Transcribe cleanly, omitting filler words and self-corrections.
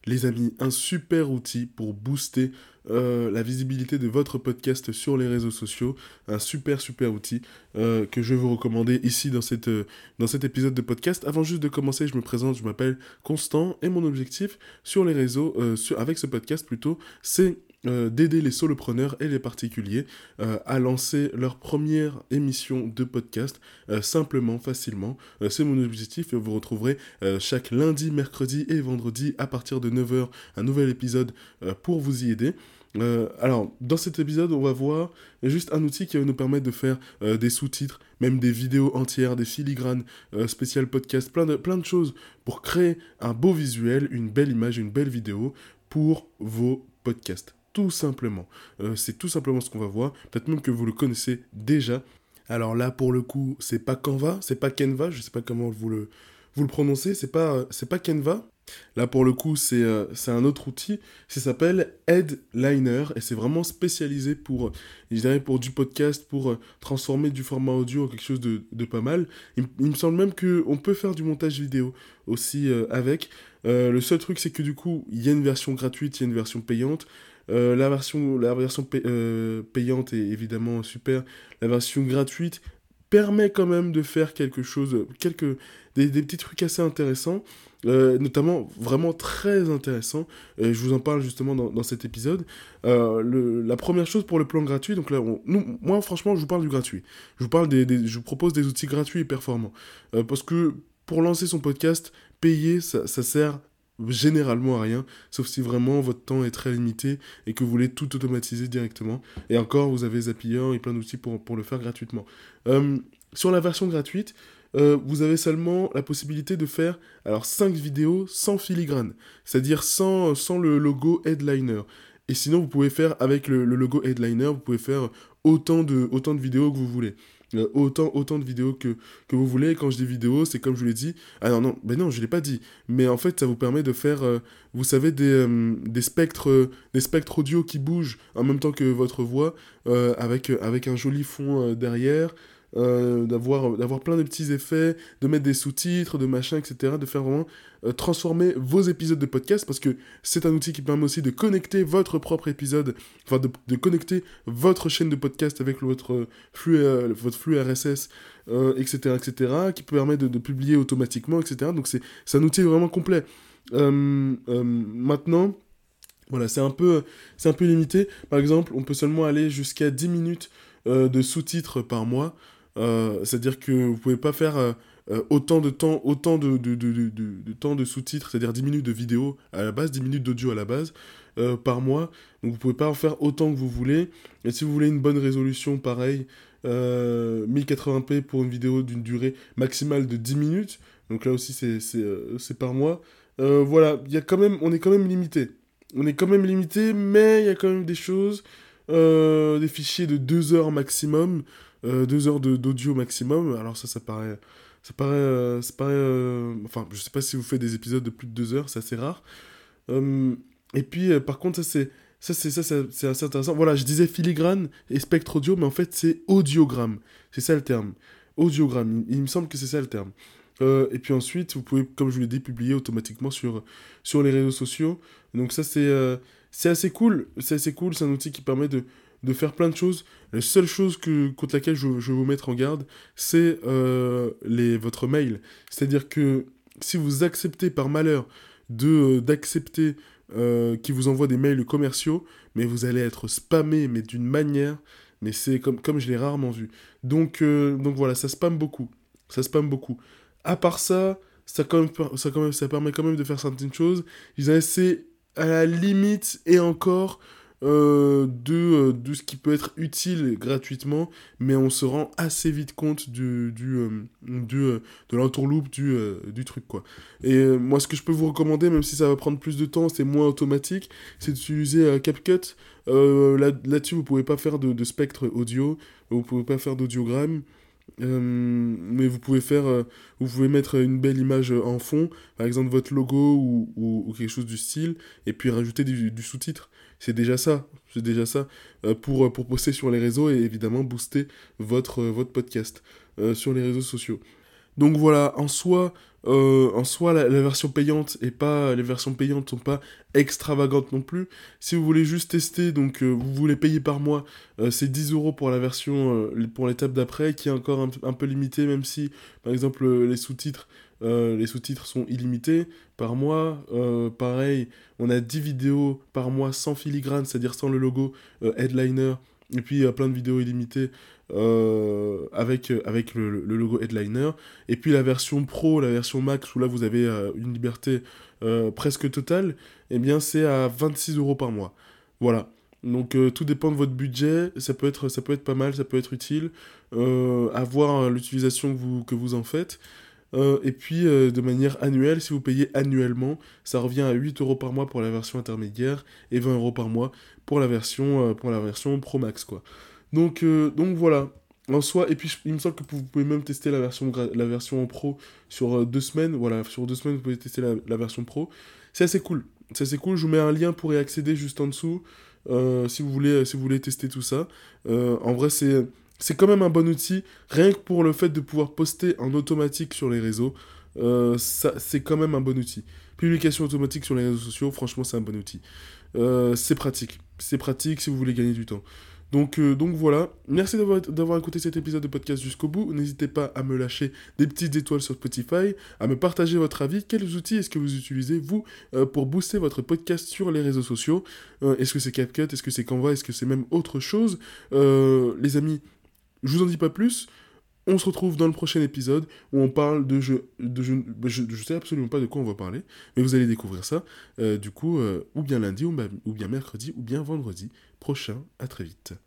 les amis, un super outil pour booster la visibilité de votre podcast sur les réseaux sociaux. Un super outil que je vais vous recommander ici dans cet épisode de podcast. Avant juste de commencer, je me présente, je m'appelle Constant et mon objectif sur les réseaux, avec ce podcast plutôt, c'est d'aider les solopreneurs et les particuliers à lancer leur première émission de podcast simplement, facilement. C'est mon objectif et vous retrouverez chaque lundi, mercredi et vendredi à partir de 9 heures un nouvel épisode pour vous y aider. Alors, dans cet épisode, on va voir juste un outil qui va nous permettre de faire des sous-titres, même des vidéos entières, des filigranes, spécial podcast, plein de choses pour créer un beau visuel, une belle image, une belle vidéo pour vos podcasts. Tout simplement. C'est tout simplement ce qu'on va voir. Peut-être même que vous le connaissez déjà. Alors là, pour le coup, c'est pas Canva, c'est pas Canva, je sais pas comment vous le prononcez, c'est pas Canva. Là, pour le coup, c'est un autre outil. Ça s'appelle Headliner et c'est vraiment spécialisé pour, je dirais, pour du podcast, pour transformer du format audio en quelque chose de pas mal. Il me semble même qu'on peut faire du montage vidéo aussi avec. Le seul truc, c'est que du coup, il y a une version gratuite, il y a une version payante. Payante est évidemment super. La version gratuite permet quand même de faire quelque chose, des petits trucs assez intéressants, notamment vraiment très intéressants. Je vous en parle justement dans cet épisode. La première chose pour le plan gratuit, donc là, moi franchement, je vous parle du gratuit. Je vous propose des outils gratuits et performants. Parce que pour lancer son podcast, payer, ça sert généralement à rien, sauf si vraiment votre temps est très limité et que vous voulez tout automatiser directement. Et encore, vous avez Zapier et plein d'outils pour le faire gratuitement. Euh, Sur la version gratuite, vous avez seulement la possibilité de faire 5 vidéos sans filigrane, c'est-à-dire sans le logo Headliner. Et sinon, vous pouvez faire avec le logo Headliner, vous pouvez faire autant de vidéos que vous voulez. Autant de vidéos que vous voulez. Et quand je dis vidéo, c'est comme je vous l'ai dit. Ah non, non, ben non, je ne l'ai pas dit. Mais en fait, ça vous permet de faire, vous savez, des spectres audio qui bougent en même temps que votre voix, avec un joli fond derrière. D'avoir plein de petits effets, de mettre des sous-titres, de machin, etc. De faire vraiment transformer vos épisodes de podcast parce que c'est un outil qui permet aussi de connecter votre propre épisode, enfin de connecter votre chaîne de podcast avec votre flux RSS, etc., qui permet de publier automatiquement, etc. Donc c'est un outil vraiment complet. Maintenant, voilà, c'est un peu limité. Par exemple, on peut seulement aller jusqu'à 10 minutes de sous-titres par mois. C'est-à-dire que vous pouvez pas faire autant de temps de sous-titres, c'est-à-dire 10 minutes de vidéo à la base, 10 minutes d'audio à la base, par mois. Donc vous pouvez pas en faire autant que vous voulez. Et si vous voulez une bonne résolution, pareil, 1080p pour une vidéo d'une durée maximale de 10 minutes. Donc là aussi, c'est par mois. Voilà, on est quand même limité. On est quand même limité, mais il y a quand même des choses, des fichiers de 2 heures maximum, 2 heures d'audio maximum. Alors enfin, je sais pas si vous faites des épisodes de plus de 2 heures, c'est assez rare. Et puis, par contre, c'est assez intéressant. Voilà, je disais filigrane et spectre audio, mais en fait, c'est audiogramme. C'est ça le terme. Audiogramme, il me semble que c'est ça le terme. Et puis ensuite, vous pouvez, comme je vous l'ai dit, publier automatiquement sur les réseaux sociaux. Donc ça, c'est assez cool. C'est assez cool, c'est un outil qui permet de faire plein de choses. La seule chose contre laquelle je vais vous mettre en garde, c'est votre mail. C'est-à-dire que si vous acceptez par malheur d'accepter qui vous envoie des mails commerciaux, mais vous allez être spammé, mais d'une manière, mais c'est comme je l'ai rarement vu. Donc voilà, ça spamme beaucoup. Ça spamme beaucoup. À part ça, ça permet quand même de faire certaines choses. Je dirais c'est à la limite et encore de ce qui peut être utile gratuitement, mais on se rend assez vite compte de l'entourloupe du truc, quoi. Et moi, ce que je peux vous recommander, même si ça va prendre plus de temps, c'est moins automatique, c'est d'utiliser CapCut. Là-dessus, vous pouvez pas faire de spectre audio, vous pouvez pas faire d'audiogramme. Mais vous pouvez mettre une belle image en fond, par exemple votre logo ou quelque chose du style, et puis rajouter du sous-titre. C'est déjà ça pour poster sur les réseaux et évidemment booster votre podcast sur les réseaux sociaux. Donc voilà, en soi, En soi, la version payante et pas les versions payantes sont pas extravagantes non plus. Si vous voulez juste tester, donc vous voulez payer par mois, c'est 10 € pour la version pour l'étape d'après, qui est encore un peu limitée, même si, par exemple, les sous-titres sont illimités par mois. Pareil, on a 10 vidéos par mois sans filigrane, c'est-à-dire sans le logo headliner. Et puis, il y a plein de vidéos illimitées avec le logo headliner. Et puis la version pro, la version max, où là vous avez une liberté presque totale, eh bien c'est à 26 € par mois. Voilà. Donc tout dépend de votre budget, ça peut être pas mal, ça peut être utile, à voir l'utilisation que vous en faites. Et puis de manière annuelle, si vous payez annuellement, ça revient à 8 € par mois pour la version intermédiaire et 20 € par mois pour la version Pro Max, quoi. Donc voilà, en soi, et puis il me semble que vous pouvez même tester la version Pro sur 2 semaines. Voilà, sur 2 semaines, vous pouvez tester la version Pro. C'est assez cool. C'est assez cool. Je vous mets un lien pour y accéder juste en dessous si vous voulez tester tout ça. En vrai, c'est quand même un bon outil. Rien que pour le fait de pouvoir poster en automatique sur les réseaux, ça, c'est quand même un bon outil. Publication automatique sur les réseaux sociaux, franchement, c'est un bon outil. C'est pratique. C'est pratique si vous voulez gagner du temps. Donc voilà, merci d'avoir écouté cet épisode de podcast jusqu'au bout. N'hésitez pas à me lâcher des petites étoiles sur Spotify, à me partager votre avis. Quels outils est-ce que vous utilisez, vous, pour booster votre podcast sur les réseaux sociaux? Est-ce que c'est CapCut? Est-ce que c'est Canva? Est-ce que c'est même autre chose? Les amis, je vous en dis pas plus. On se retrouve dans le prochain épisode où on parle de jeux. Je sais absolument pas de quoi on va parler, mais vous allez découvrir ça. Du coup, ou bien lundi, ou bien mercredi, ou bien vendredi prochain. À très vite.